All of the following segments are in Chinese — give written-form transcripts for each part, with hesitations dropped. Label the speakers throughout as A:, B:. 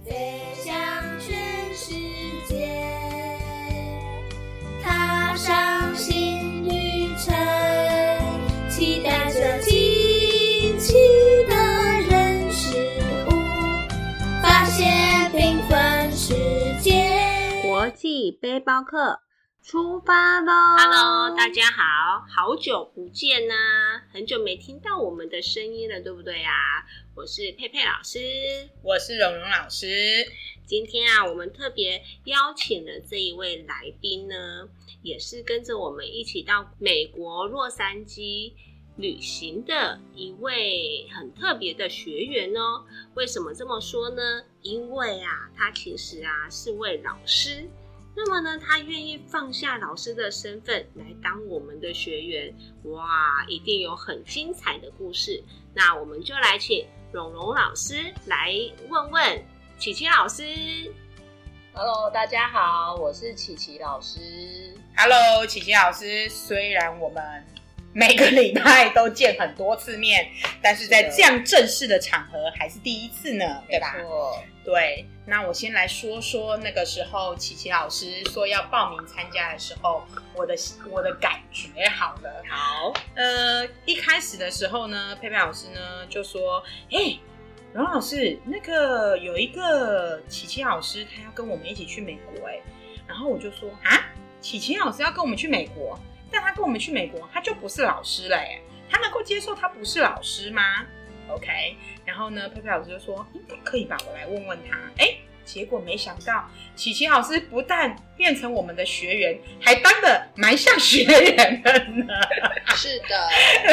A: 飞向全世界，踏上新旅程，期待着惊奇的人事物，发现缤纷世界。
B: 国际背包客出发咯
C: Hello， 大家好，好久不见啊，很久没听到我们的声音了，对不对啊？我是佩佩老师，
D: 我是蓉蓉老师。
C: 今天啊，我们特别邀请了这一位来宾呢，也是跟着我们一起到美国洛杉矶旅行的一位很特别的学员哦。为什么这么说呢？因为啊，他其实啊是位老师。那么呢，他愿意放下老师的身份来当我们的学员，哇，一定有很精彩的故事。那我们就来请蓉蓉老师来问问琪琪老师。
E: Hello， 大家好，我是琪琪老师。
D: Hello， 琪琪老师。虽然我们每个礼拜都见很多次面，但是在这样正式的场合还是第一次呢，对吧？
E: 没错。
D: 对，那我先来说说那个时候琪琪老师说要报名参加的时候，我的感觉好了。
E: 好，
D: 一开始的时候呢，佩佩老师呢就说，蓉老师，那个有一个琪琪老师，他要跟我们一起去美国，然后我就说啊，琪琪老师要跟我们去美国，但他跟我们去美国，他就不是老师了，他能够接受他不是老师吗 ？OK， 然后呢，佩佩老师就说应该可以吧，我来问问他。结果没想到，琪琪老师不但变成我们的学员，还当得蛮像学员的呢。
E: 是的。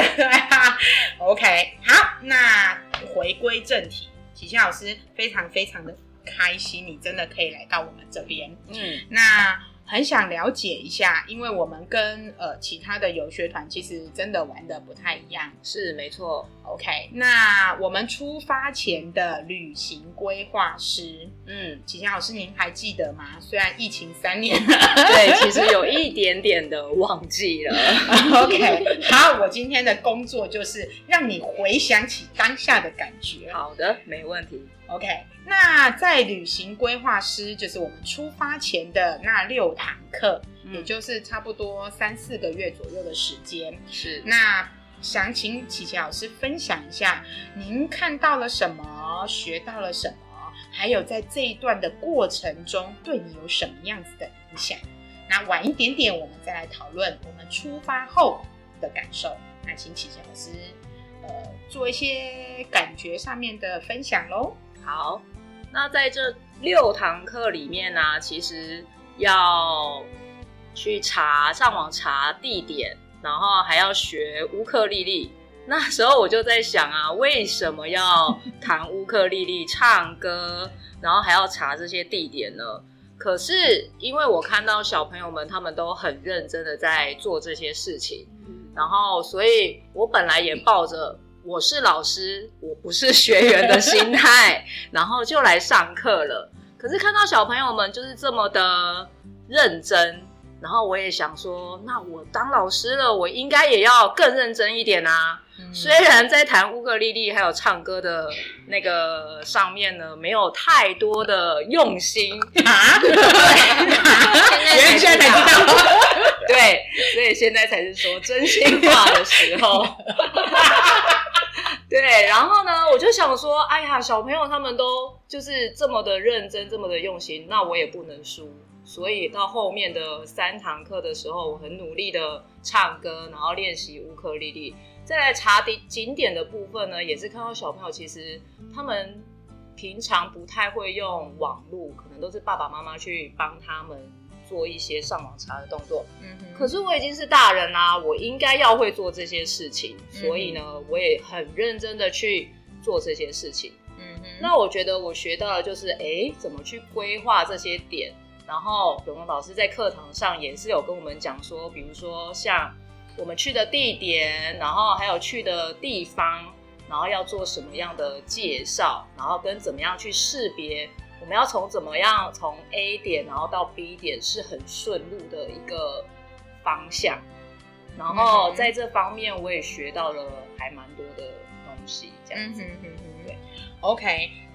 D: OK， 好，那回归正题，琪琪老师非常非常的开心，你真的可以来到我们这边。那很想了解一下，因为我们跟其他的游学团其实真的玩的不太一样。
E: 是没错。
D: OK， 那我们出发前的旅行规划师，琪琪老师您还记得吗？虽然疫情3年了，
E: 对，其实有一点点的忘记了。
D: OK， 好，我今天的工作就是让你回想起当下的感觉。
E: 好的，没问题。
D: OK， 那在旅行规划师，就是我们出发前的那6堂课，也就是差不多3-4个月左右的时间。
E: 是，
D: 那想请琪琪老师分享一下，您看到了什么，学到了什么，还有在这一段的过程中对你有什么样子的影响。那晚一点点我们再来讨论我们出发后的感受。那请琪琪老师做一些感觉上面的分享咯。
E: 好，那在这6堂课里面呢，其实要去上网查地点，然后还要学乌克丽丽。那时候我就在想啊，为什么要弹乌克丽丽、唱歌，然后还要查这些地点呢？可是因为我看到小朋友们他们都很认真的在做这些事情，然后所以我本来也抱着我是老师，我不是学员的心态，然后就来上课了。可是看到小朋友们就是这么的认真，然后我也想说，那我当老师了，我应该也要更认真一点啊。虽然在弹乌克丽丽还有唱歌的那个上面呢，没有太多的用心现在才知道对，所以现在才是说真心话的时候对，然后呢，我就想说，哎呀，小朋友他们都就是这么的认真，这么的用心，那我也不能输。所以到后面的3堂课的时候，我很努力的唱歌，然后练习乌克丽丽。再来查景点的部分呢，也是看到小朋友其实他们平常不太会用网络，可能都是爸爸妈妈去帮他们做一些上网查的动作。可是我已经是大人啦，我应该要会做这些事情，所以呢，我也很认真的去做这些事情。那我觉得我学到的就是怎么去规划这些点。然后蓉蓉老师在课堂上也是有跟我们讲说，比如说像我们去的地点，然后还有去的地方，然后要做什么样的介绍，然后跟怎么样去识别我们要怎么样从 A 点然后到 B 点是很顺路的一个方向。然后在这方面我也学到了还蛮多的东西这样子。
D: 对，OK，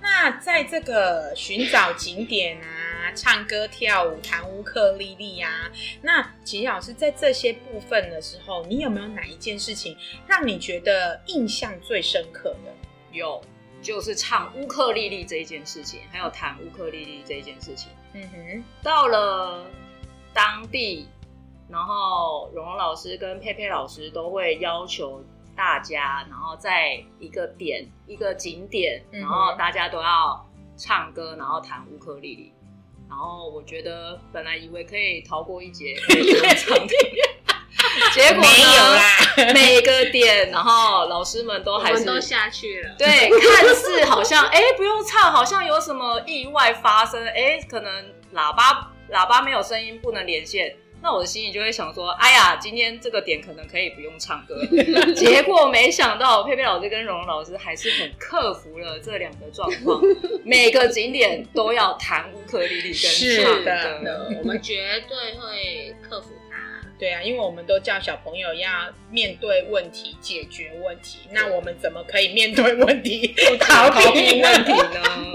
D: 那在这个寻找景点啊、唱歌跳舞、弹乌克丽丽啊，那琪琪老师在这些部分的时候，你有没有哪一件事情让你觉得印象最深刻的？
E: 有，就是唱乌克丽丽这一件事情，还有弹乌克丽丽这一件事情。到了当地，然后蓉蓉老师跟佩佩老师都会要求大家，然后在一个点、一个景点，然后大家都要唱歌，然后弹乌克丽丽。然后我觉得本来以为可以逃过一劫，可以不用唱歌，结果呢，
D: 没有啦，
E: 每个点，然后老师们都还是
C: 我们都下去了。
E: 对，看似好像不用唱，好像有什么意外发生，可能喇叭没有声音，不能连线。那我的心里就会想说，哎呀，今天这个点可能可以不用唱歌。结果没想到佩佩老师跟蓉蓉老师还是很克服了这两个状况，每个景点都要弹乌克丽丽跟唱歌。
C: 我们绝对会克服它。
D: 对啊，因为我们都叫小朋友要面对问题、解决问题，那我们怎么可以面对问题、逃避问题呢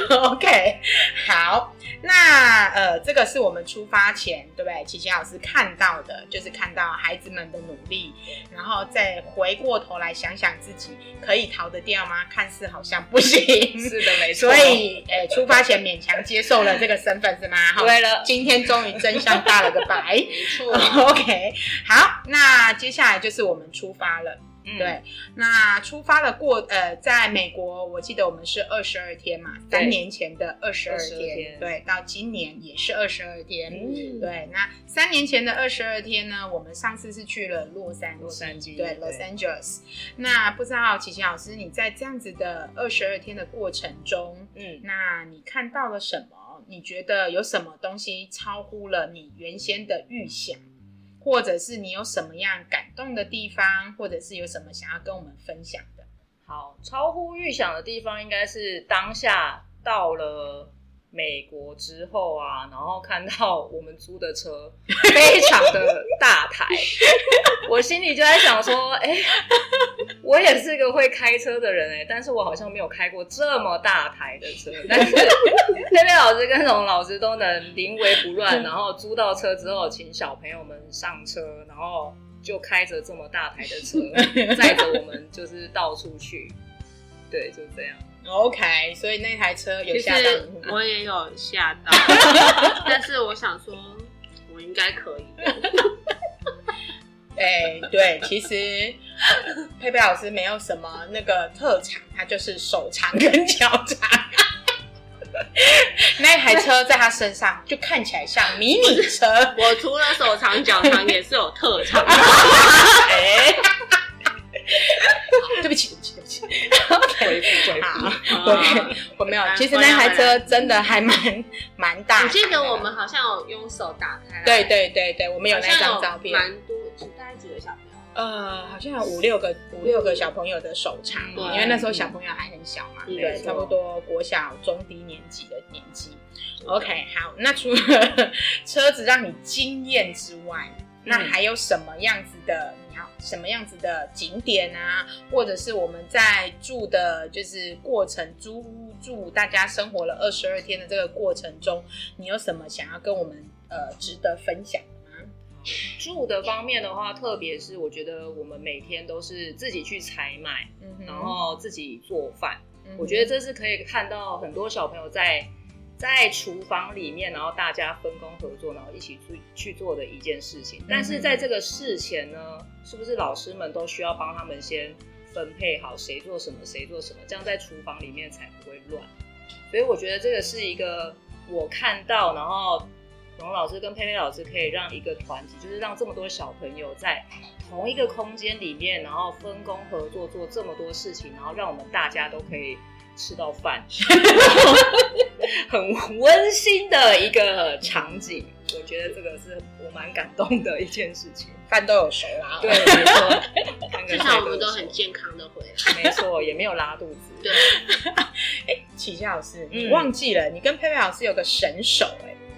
D: ？OK， 好，那这个是我们出发前，对不对？琪琪老师看到的，就是看到孩子们的努力，然后再回过头来想想自己可以逃得掉吗？看似好像不行，
E: 是的，没错。
D: 所以，出发前勉强接受了这个身份是吗？
E: 对了，
D: 今天终于真相大了个白，
C: 没错。
D: OK， 好，那接下来就是我们出发了。对，那出发了在美国，我记得我们是22天嘛，3年前的22天，对，到今年也是22天。对，那3年前的22天呢，我们上次是去了洛杉矶，对 ，Los Angeles。那不知道琪琪老师，你在这样子的22天的过程中，那你看到了什么？你觉得有什么东西超乎了你原先的预想？或者是你有什么样感动的地方，或者是有什么想要跟我们分享的？
E: 好，超乎预想的地方应该是当下到了美国之后啊，然后看到我们租的车非常的大台，我心里就在想说，我也是个会开车的人但是我好像没有开过这么大台的车，但是佩佩老师跟蓉老师都能临危不乱，然后租到车之后请小朋友们上车，然后就开着这么大台的车载着我们就是到处去，对，就这样。
D: OK， 所以那台车有吓到你吗？
C: 我也有吓到，但是我想说，我应该可以的。
D: 对，其实佩佩老师没有什么那个特长，他就是手长跟脚长。那台车在他身上就看起来像迷你车。
C: 我除了手长脚长，也是有特长。
D: 对不起。
E: 回复。
D: 好，我没有。其实那台车真的还蛮大。
C: 我记得我们好像有用手打开。
D: 对，我们有那张照片。
C: 蛮多，大概几个小朋友？
D: 好像有五六个小朋友的手长，因为那时候小朋友还很小嘛，对，差不多国小中低年级的年纪。OK， 好，那除了车子让你惊艳之外，那还有什么样子的景点啊，或者是我们在住的就是过程，租屋住大家生活了22天的这个过程中，你有什么想要跟我们值得分享的吗？
E: 住的方面的话，特别是我觉得我们每天都是自己去采买，然后自己做饭，我觉得这是可以看到很多小朋友在厨房里面，然后大家分工合作，然后一起去做的一件事情。但是在这个事前呢，是不是老师们都需要帮他们先分配好谁做什么，这样在厨房里面才不会乱。所以我觉得这个是一个我看到，然后蓉老师跟佩佩老师可以让一个团体，就是让这么多小朋友在同一个空间里面，然后分工合作做这么多事情，然后让我们大家都可以吃到饭，很温馨的一个场景。我觉得这个是我蛮感动的一件事情。
D: 饭都有熟啦，
E: 对，没错，
C: 至少我们都很健康的回来，
E: 没错，也没有拉肚子。
C: 对，
D: 琪琪老师，你忘记了，你跟佩佩老师有个神手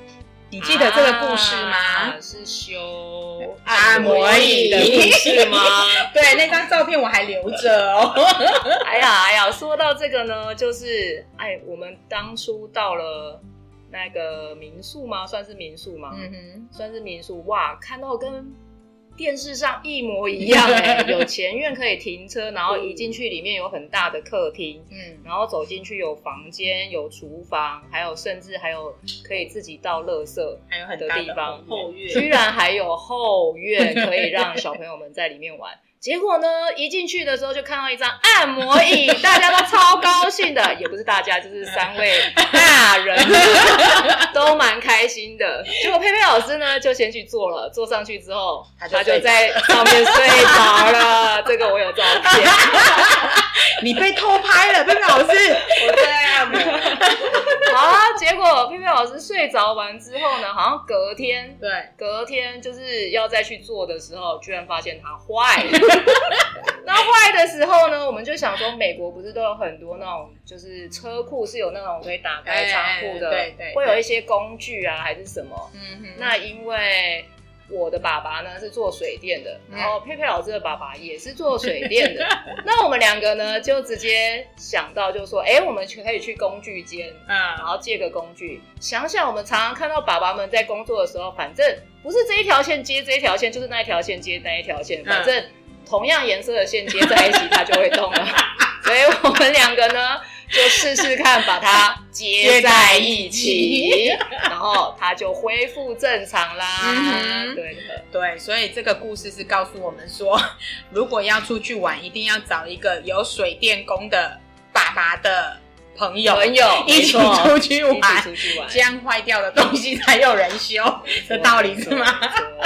D: 你记得这个故事吗？
E: 是修
D: 按摩椅
E: 的故事吗？
D: 对，那张照片我还留着哦。
E: 哎呀，说到这个呢，就是我们当初到了那个民宿吗？算是民宿吗？算是民宿。哇，看到跟电视上一模一样有前院可以停车，然后一进去里面有很大的客厅，然后走进去有房间、有厨房，甚至还有可以自己倒垃圾的地方，
C: 后院
E: 居然还有后院可以让小朋友们在里面玩。结果呢，一进去的时候就看到一张按摩椅，大家都超高兴的，也不是大家，就是3位大人都蛮开心的。结果佩佩老师呢就先去坐了，坐上去之后他就在上面睡着了。这个我有照片。
D: 你被偷拍了，佩佩老师。
E: 我在按摩。好啊，结果佩佩老师睡着完之后呢，好像隔天就是要再去做的时候，居然发现它坏了。那坏的时候呢，我们就想说，美国不是都有很多那种，就是车库是有那种可以打开仓库的，
D: 对，
E: 会有一些工具啊，还是什么？那因为我的爸爸呢是做水电的，然后佩佩老师的爸爸也是做水电的，那我们2个呢就直接想到就说，我们可以去工具间，然后借个工具。想想我们常常看到爸爸们在工作的时候，反正不是这一条线接这一条线，就是那一条线接那一条线，反正同样颜色的线接在一起它就会动了。所以我们2个呢就试试看把它接在一起，然后它就恢复正常啦。
D: 对，所以这个故事是告诉我们说，如果要出去玩，一定要找一个有水电工的爸爸的朋友一起出去玩，这样坏掉的东西才有人修的道理是吗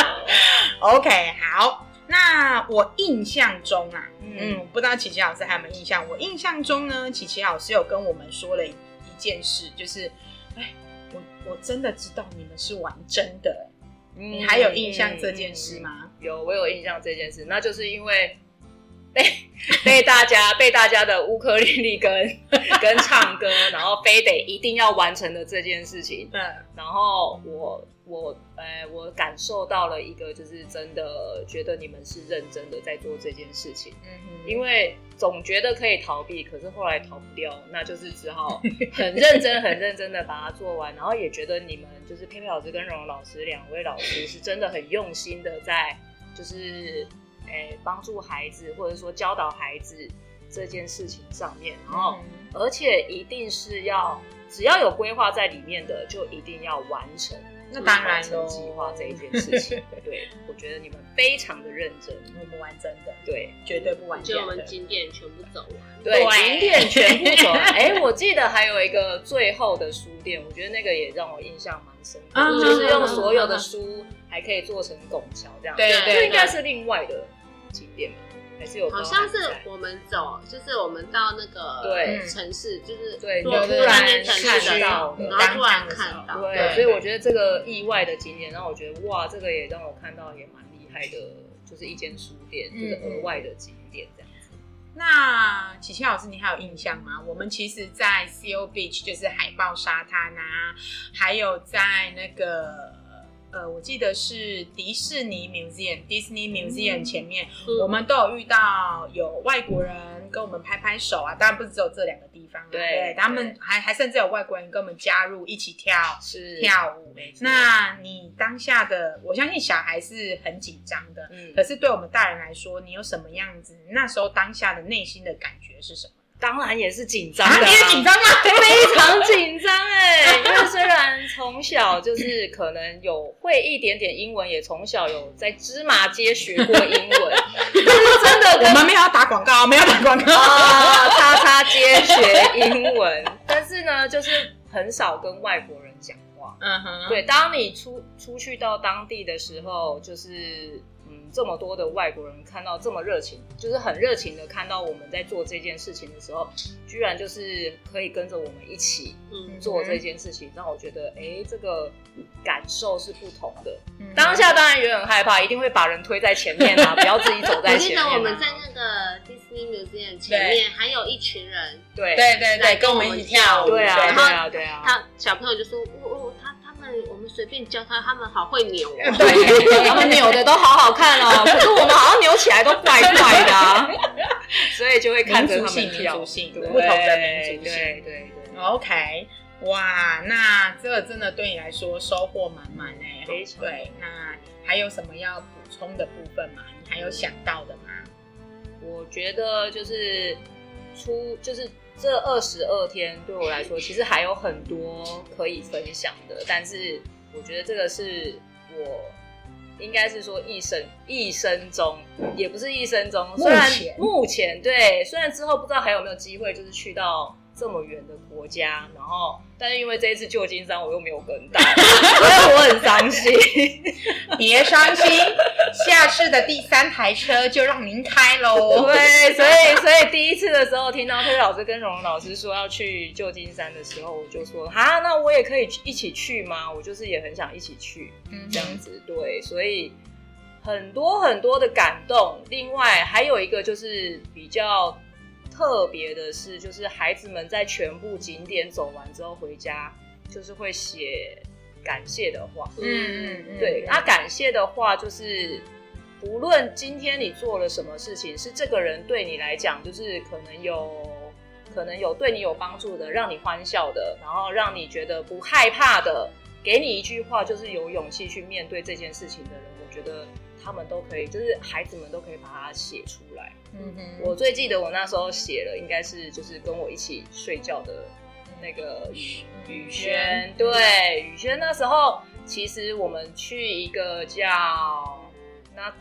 D: ？OK， 好。那我印象中啊，不知道琪琪老师还有没有印象？我印象中呢，琪琪老师有跟我们说了一件事，就是，我真的知道你们是玩真的，你还有印象这件事吗？
E: 有，我有印象这件事，那就是因为被大家的乌克丽丽跟唱歌，然后非得一定要完成的这件事情，然后我感受到了一个，就是真的觉得你们是认真的在做这件事情，因为总觉得可以逃避，可是后来逃不掉，那就是只好很认真的把它做完，然后也觉得你们就是佩佩老师跟蓉蓉老师2位老师是真的很用心的在就是帮助孩子或者说教导孩子这件事情上面，然后而且一定是只要有规划在里面的，就一定要完成。
D: 那当然
E: 咯，计划这一件事情，对，我觉得你们非常的认真，
D: 我们玩真的，
E: 对，
D: 绝对不玩假的。
C: 就我们景点全部走完，
E: 对，景点全部走完。我记得还有一个最后的书店，我觉得那个也让我印象蛮深刻，就是用所有的书还可以做成拱桥这样，
D: 对，
E: 这应该是另外的景点吧？还是有？
C: 好像是我们走，就是我们到那个城市，就是
E: 对，
C: 突然看到，然后突然看到，
E: 对，所以我觉得这个意外的景点让我觉得哇，这个也让我看到也蛮厉害的，就是一间书店，就是额外的景点这样子。
D: 那琪琪老师，你还有印象吗？我们其实，在 Seal Beach 就是海豹沙滩啊，还有在那个。我记得是迪士尼 Disney Museum 前面，我们都有遇到有外国人跟我们拍手啊，当然不是只有这2个地方，对，他们还甚至有外国人跟我们加入一起跳舞。那你当下的，我相信小孩是很紧张的，可是对我们大人来说，你有什么样子？那时候当下的内心的感觉是什么？
E: 当然也是紧张的，
D: 你也紧张吗？
E: 非常紧张因为虽然从小就是可能有会一点点英文，也从小有在芝麻街学过英文，但是真的
D: 我们没有要打广告，没有打广告
E: 叉叉街学英文，但是呢，就是很少跟外国人讲话。对，当你出去到当地的时候，就是这么多的外国人看到这么热情，就是很热情的看到我们在做这件事情的时候，居然就是可以跟着我们一起做这件事情，让我觉得这个感受是不同的。当下当然也很害怕，一定会把人推在前面啊，不要自己走在前面。
C: 我记得我们在那个 Disney Museum 前面还有一群人，
D: 对，跟我们一起跳舞。
E: 对啊。
C: 他小朋友就说，我们随便教他们好会扭哦。
E: 对，他们扭的都好好看哦，可是我们好像扭起来都怪怪的啊，所以就会看着他们跳，
D: 民族性，不同的民族性，
E: 对。
D: OK， 哇，那这真的对你来说收获满满哎，
E: 非常
D: 对。那还有什么要补充的部分吗？你还有想到的吗？
E: 我觉得就是这22天对我来说，其实还有很多可以分享的，但是我觉得这个是我应该是说一生中，也不是一生中，虽然目前对，虽然之后不知道还有没有机会，就是去到这么远的国家，然后但是因为这一次旧金山我又没有跟到，所以我很伤心。
D: 别伤心，下次的第3台车就让您开喽。
E: 对，所以第一次的时候听到佩老师跟蓉蓉老师说要去旧金山的时候，我就说啊，那我也可以一起去吗？我就是也很想一起去，这样子。对，所以很多很多的感动。另外还有一个就是比较特别的是，就是孩子们在全部景点走完之后回家，就是会写感谢的话。对，那感谢的话就是不论今天你做了什么事情，是这个人对你来讲就是可能有对你有帮助的，让你欢笑的，然后让你觉得不害怕的，给你一句话就是有勇气去面对这件事情的人，我觉得他们都可以，就是孩子们都可以把它写出来。我最记得我那时候写了，应该是就是跟我一起睡觉的那个宇轩，对，宇轩那时候其实我们去一个叫 Not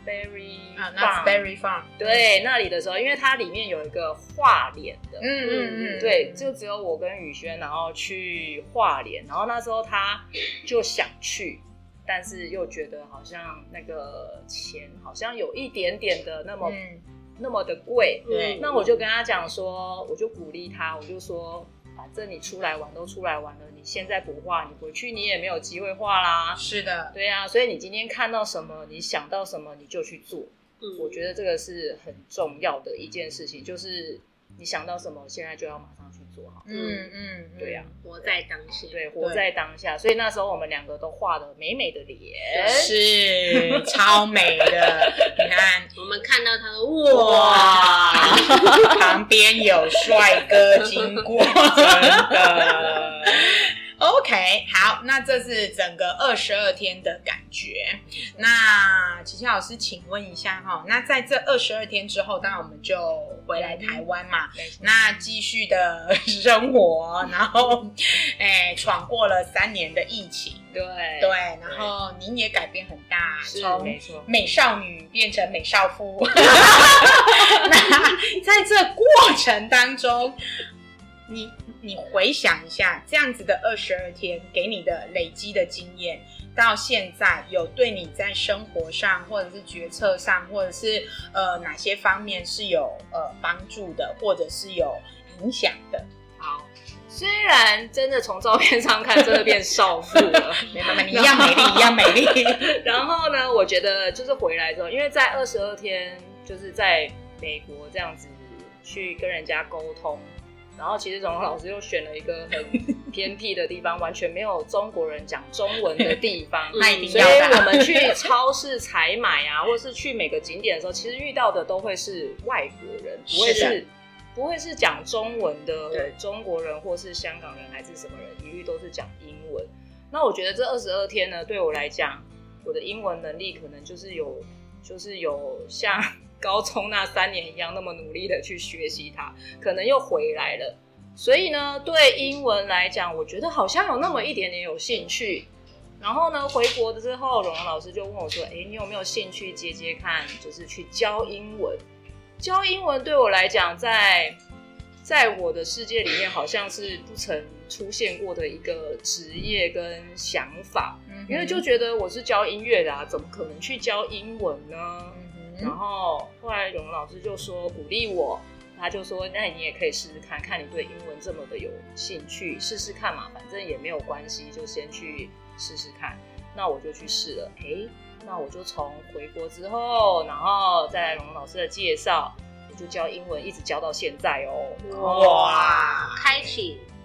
E: Berry Farm， 对，那里的时候，因为它里面有一个画脸的，对，就只有我跟宇轩，然后去画脸，然后那时候他就想去。但是又觉得好像那个钱好像有一点点的那么的贵，那我就跟他讲说，我就鼓励他，我就说，反正你出来玩都出来玩了，你现在不画，你回去你也没有机会画啦。
D: 是的，
E: 对啊，所以你今天看到什么，你想到什么你就去做。我觉得这个是很重要的一件事情，就是你想到什么，现在就要马上去做好。对啊，
C: 活在当下。
E: 对，活在当下。所以那时候我们2个都画的美美的脸，
D: 是超美的。你看，
C: 我们看到他说哇，
D: 旁边有帅哥经过，真的。OK， 好，那这是整个22天的感觉。那琪琪老师，请问一下哈，那在这22天之后，当然我们就回来台湾嘛，那继续的生活，然后闯过了3年的疫情，对，然后您也改变很大，从美少女变成美少妇。那在这过程当中，你回想一下，这样子的22天给你的累积的经验，到现在有对你在生活上，或者是决策上，或者是哪些方面是有帮助的，或者是有影响的？
E: 好，虽然真的从照片上看，真的变少妇了，
D: 没办法，你一样美丽，一样美丽。
E: 然后呢，我觉得就是回来之后，因为在22天，就是在美国这样子去跟人家沟通。然后其实蓉蓉老师又选了一个很偏僻的地方，完全没有中国人讲中文的地方，
D: 那一定要的。
E: 所以我们去超市采买啊，或是去每个景点的时候，其实遇到的都会是外国人，不会是讲中文的中国人，或是香港人还是什么人，一律都是讲英文。那我觉得这22天呢，对我来讲，我的英文能力可能就是有像高中那3年一样那么努力的去学习它，可能又回来了。所以呢，对英文来讲，我觉得好像有那么一点点有兴趣。然后呢，回国之后，蓉蓉老师就问我说：“你有没有兴趣接看，就是去教英文？”教英文对我来讲，在我的世界里面，好像是不曾出现过的一个职业跟想法，因为就觉得我是教音乐的啊，怎么可能去教英文呢？然后后来蓉蓉老师就说鼓励我，他就说那你也可以试试看，看你对英文这么的有兴趣，试试看嘛，反正也没有关系，就先去试试看。那我就去试了，那我就从回国之后，然后再来蓉蓉老师的介绍，我就教英文一直教到现在哦。
C: 哇，开启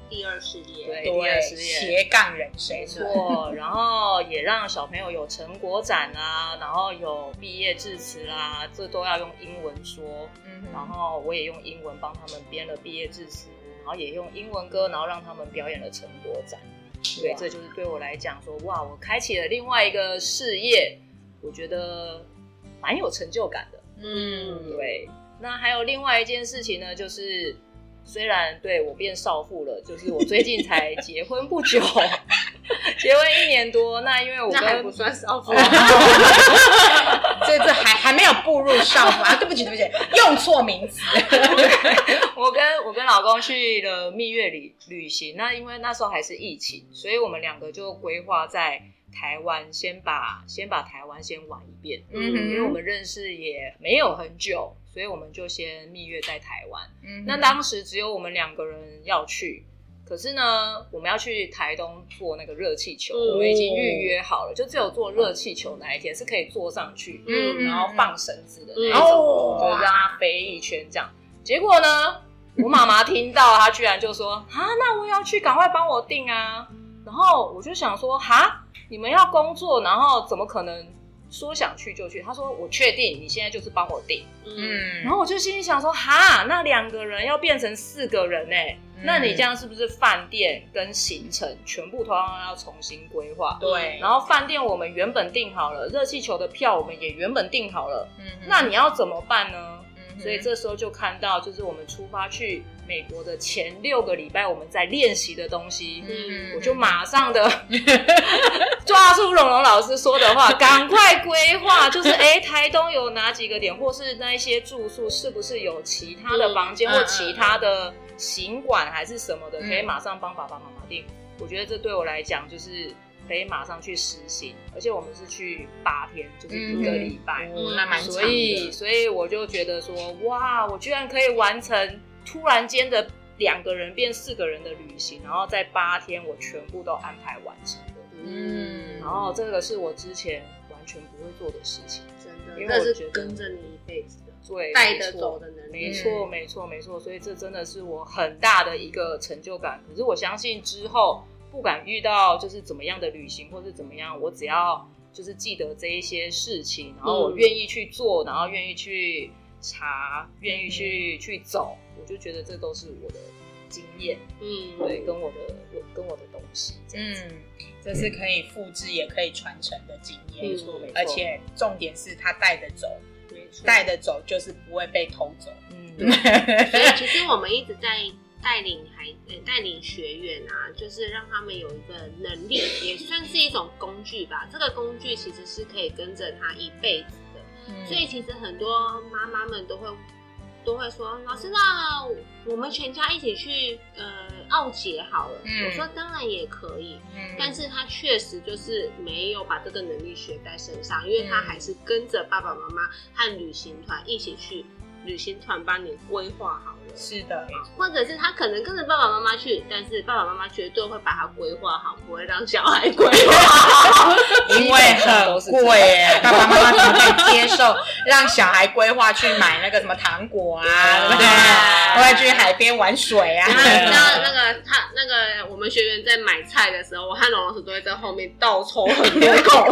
C: 第二事业，
E: 对，第二事业
D: 斜杠人生，
E: 没错。然后也让小朋友有成果展啊，然后有毕业致辞啦，这都要用英文说。然后我也用英文帮他们编了毕业致辞，然后也用英文歌，然后让他们表演了成果展。对，这就是对我来讲说，哇，我开启了另外一个事业，我觉得蛮有成就感的。对。那还有另外一件事情呢，就是虽然对我变少妇了，就是我最近才结婚不久，结婚1年多。那因为我
C: 那还不算少妇，
D: 这还没有步入少妇啊！对不起，用错名词。
E: 我跟老公去了蜜月旅行，那因为那时候还是疫情，所以我们2个就规划在台湾先把台湾先玩一遍。因为我们认识也没有很久，所以我们就先蜜月在台湾。那当时只有我们2个人要去，可是呢，我们要去台东坐那个热气球，我们已经预约好了，就只有坐热气球那一天是可以坐上去，然后放绳子的那种，就让它飞一圈这样。结果呢，我妈妈听到，她居然就说：“那我也要去，赶快帮我订啊！”然后我就想说：“你们要工作，然后怎么可能说想去就去？”他说：“我确定，你现在就是帮我订。”然后我就心里想说：“那2个人要变成4个人欸，那你这样是不是饭店跟行程全部都要重新规划？”
D: 对。
E: 然后饭店我们原本订好了，热气球的票我们也原本订好了。那你要怎么办呢？所以这时候就看到，就是我们出发去美国的前6个礼拜我们在练习的东西，我就马上的抓住蓉蓉老师说的话，赶快规划，就是台东有哪几个点，或是那一些住宿是不是有其他的房间或其他的行馆还是什么的，可以马上帮爸爸妈妈订。我觉得这对我来讲就是可以马上去实行，而且我们是去8天，就是1个礼拜，
D: 那蛮长
E: 的。所以我就觉得说，哇，我居然可以完成突然间的2个人变4个人的旅行，然后在8天我全部都安排完成的。然后这个是我之前完全不会做的事情，
C: 真的，
E: 因为我觉得
C: 跟着你一辈子的，
E: 对，
C: 带得走的能力，
E: 没错，所以这真的是我很大的一个成就感。可是我相信之后不管遇到就是怎么样的旅行或是怎么样，我只要就是记得这一些事情，然后我愿意去做，然后愿意去查，愿意去走，我就觉得这都是我的经验，对，跟我的东西，
D: 这是可以复制也可以传承的经验，
E: 没错，
D: 而且重点是它带得走，带得走就是不会被偷走。
C: 所以其实我们一直在带领学员啊，就是让他们有一个能力，也算是一种工具吧。这个工具其实是可以跟着他一辈子的，所以其实很多妈妈们都会说，老师，那我们全家一起去奥捷好了。我说当然也可以，但是他确实就是没有把这个能力学在身上，因为他还是跟着爸爸妈妈和旅行团一起去，旅行团帮你规划好了。
D: 是的，
C: 或者是他可能跟着爸爸妈妈去，但是爸爸妈妈绝对会把它规划好，不会让小孩规划好，
D: 因为很贵耶，爸爸妈妈怎么可以接受让小孩规划去买那个什么糖果啊，对不对？或者去海边玩水啊？
C: 那个我们学员在买菜的时候，我和龙老师都会在后面倒抽很多口。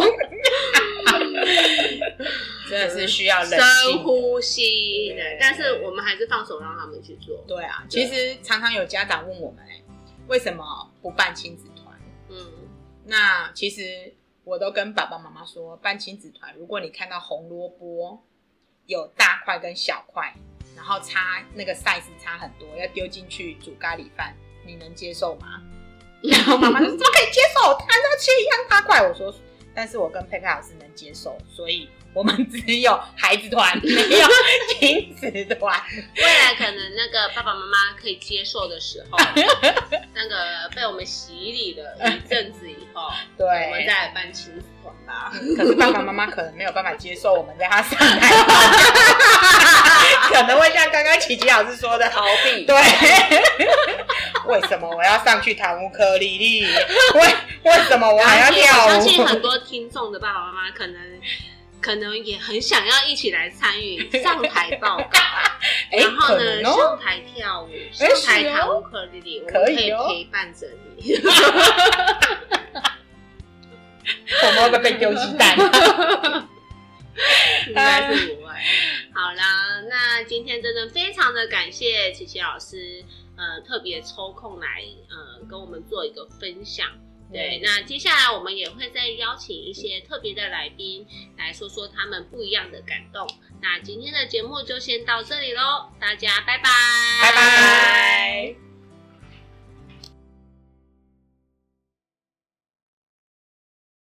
D: 真的是需要冷静
C: 深呼吸，对，但是我们还是放手让他们去做。
D: 对啊，其实常常有家长问我们，为什么不办亲子团？那其实我都跟爸爸妈妈说，办亲子团，如果你看到红萝卜有大块跟小块，然后差那个 size 差很多，要丢进去煮咖喱饭，你能接受吗？然后妈妈就说怎么可以接受？他要切一样大块。我说，但是我跟佩佩老师能接受，所以我们只有孩子团，没有亲子团。
C: 未来可能那个爸爸妈妈可以接受的时候，那个被我们洗礼了一阵子以后，
D: 对，
C: 我们再来办亲子团吧。
D: 可是爸爸妈妈可能没有办法接受我们在他上台，可能会像刚刚琪琪老师说的逃避。对，为什么我要上去弹乌克丽丽？为什么我还要跳舞？
C: 我相信很多听众的爸爸妈妈可能也很想要一起来参与上台报告， 然后呢，
D: 可能哦
C: 上台跳舞，上台弹乌克丽丽，我们可以陪伴着你。
D: 我们会不会被丢鸡蛋？
C: 应该是不会。好啦，那今天真的非常的感谢琪琪老师，特别抽空来跟我们做一个分享。对，那接下来我们也会再邀请一些特别的来宾来说说他们不一样的感动。那今天的节目就先到这里咯，大家拜拜，
D: 拜拜。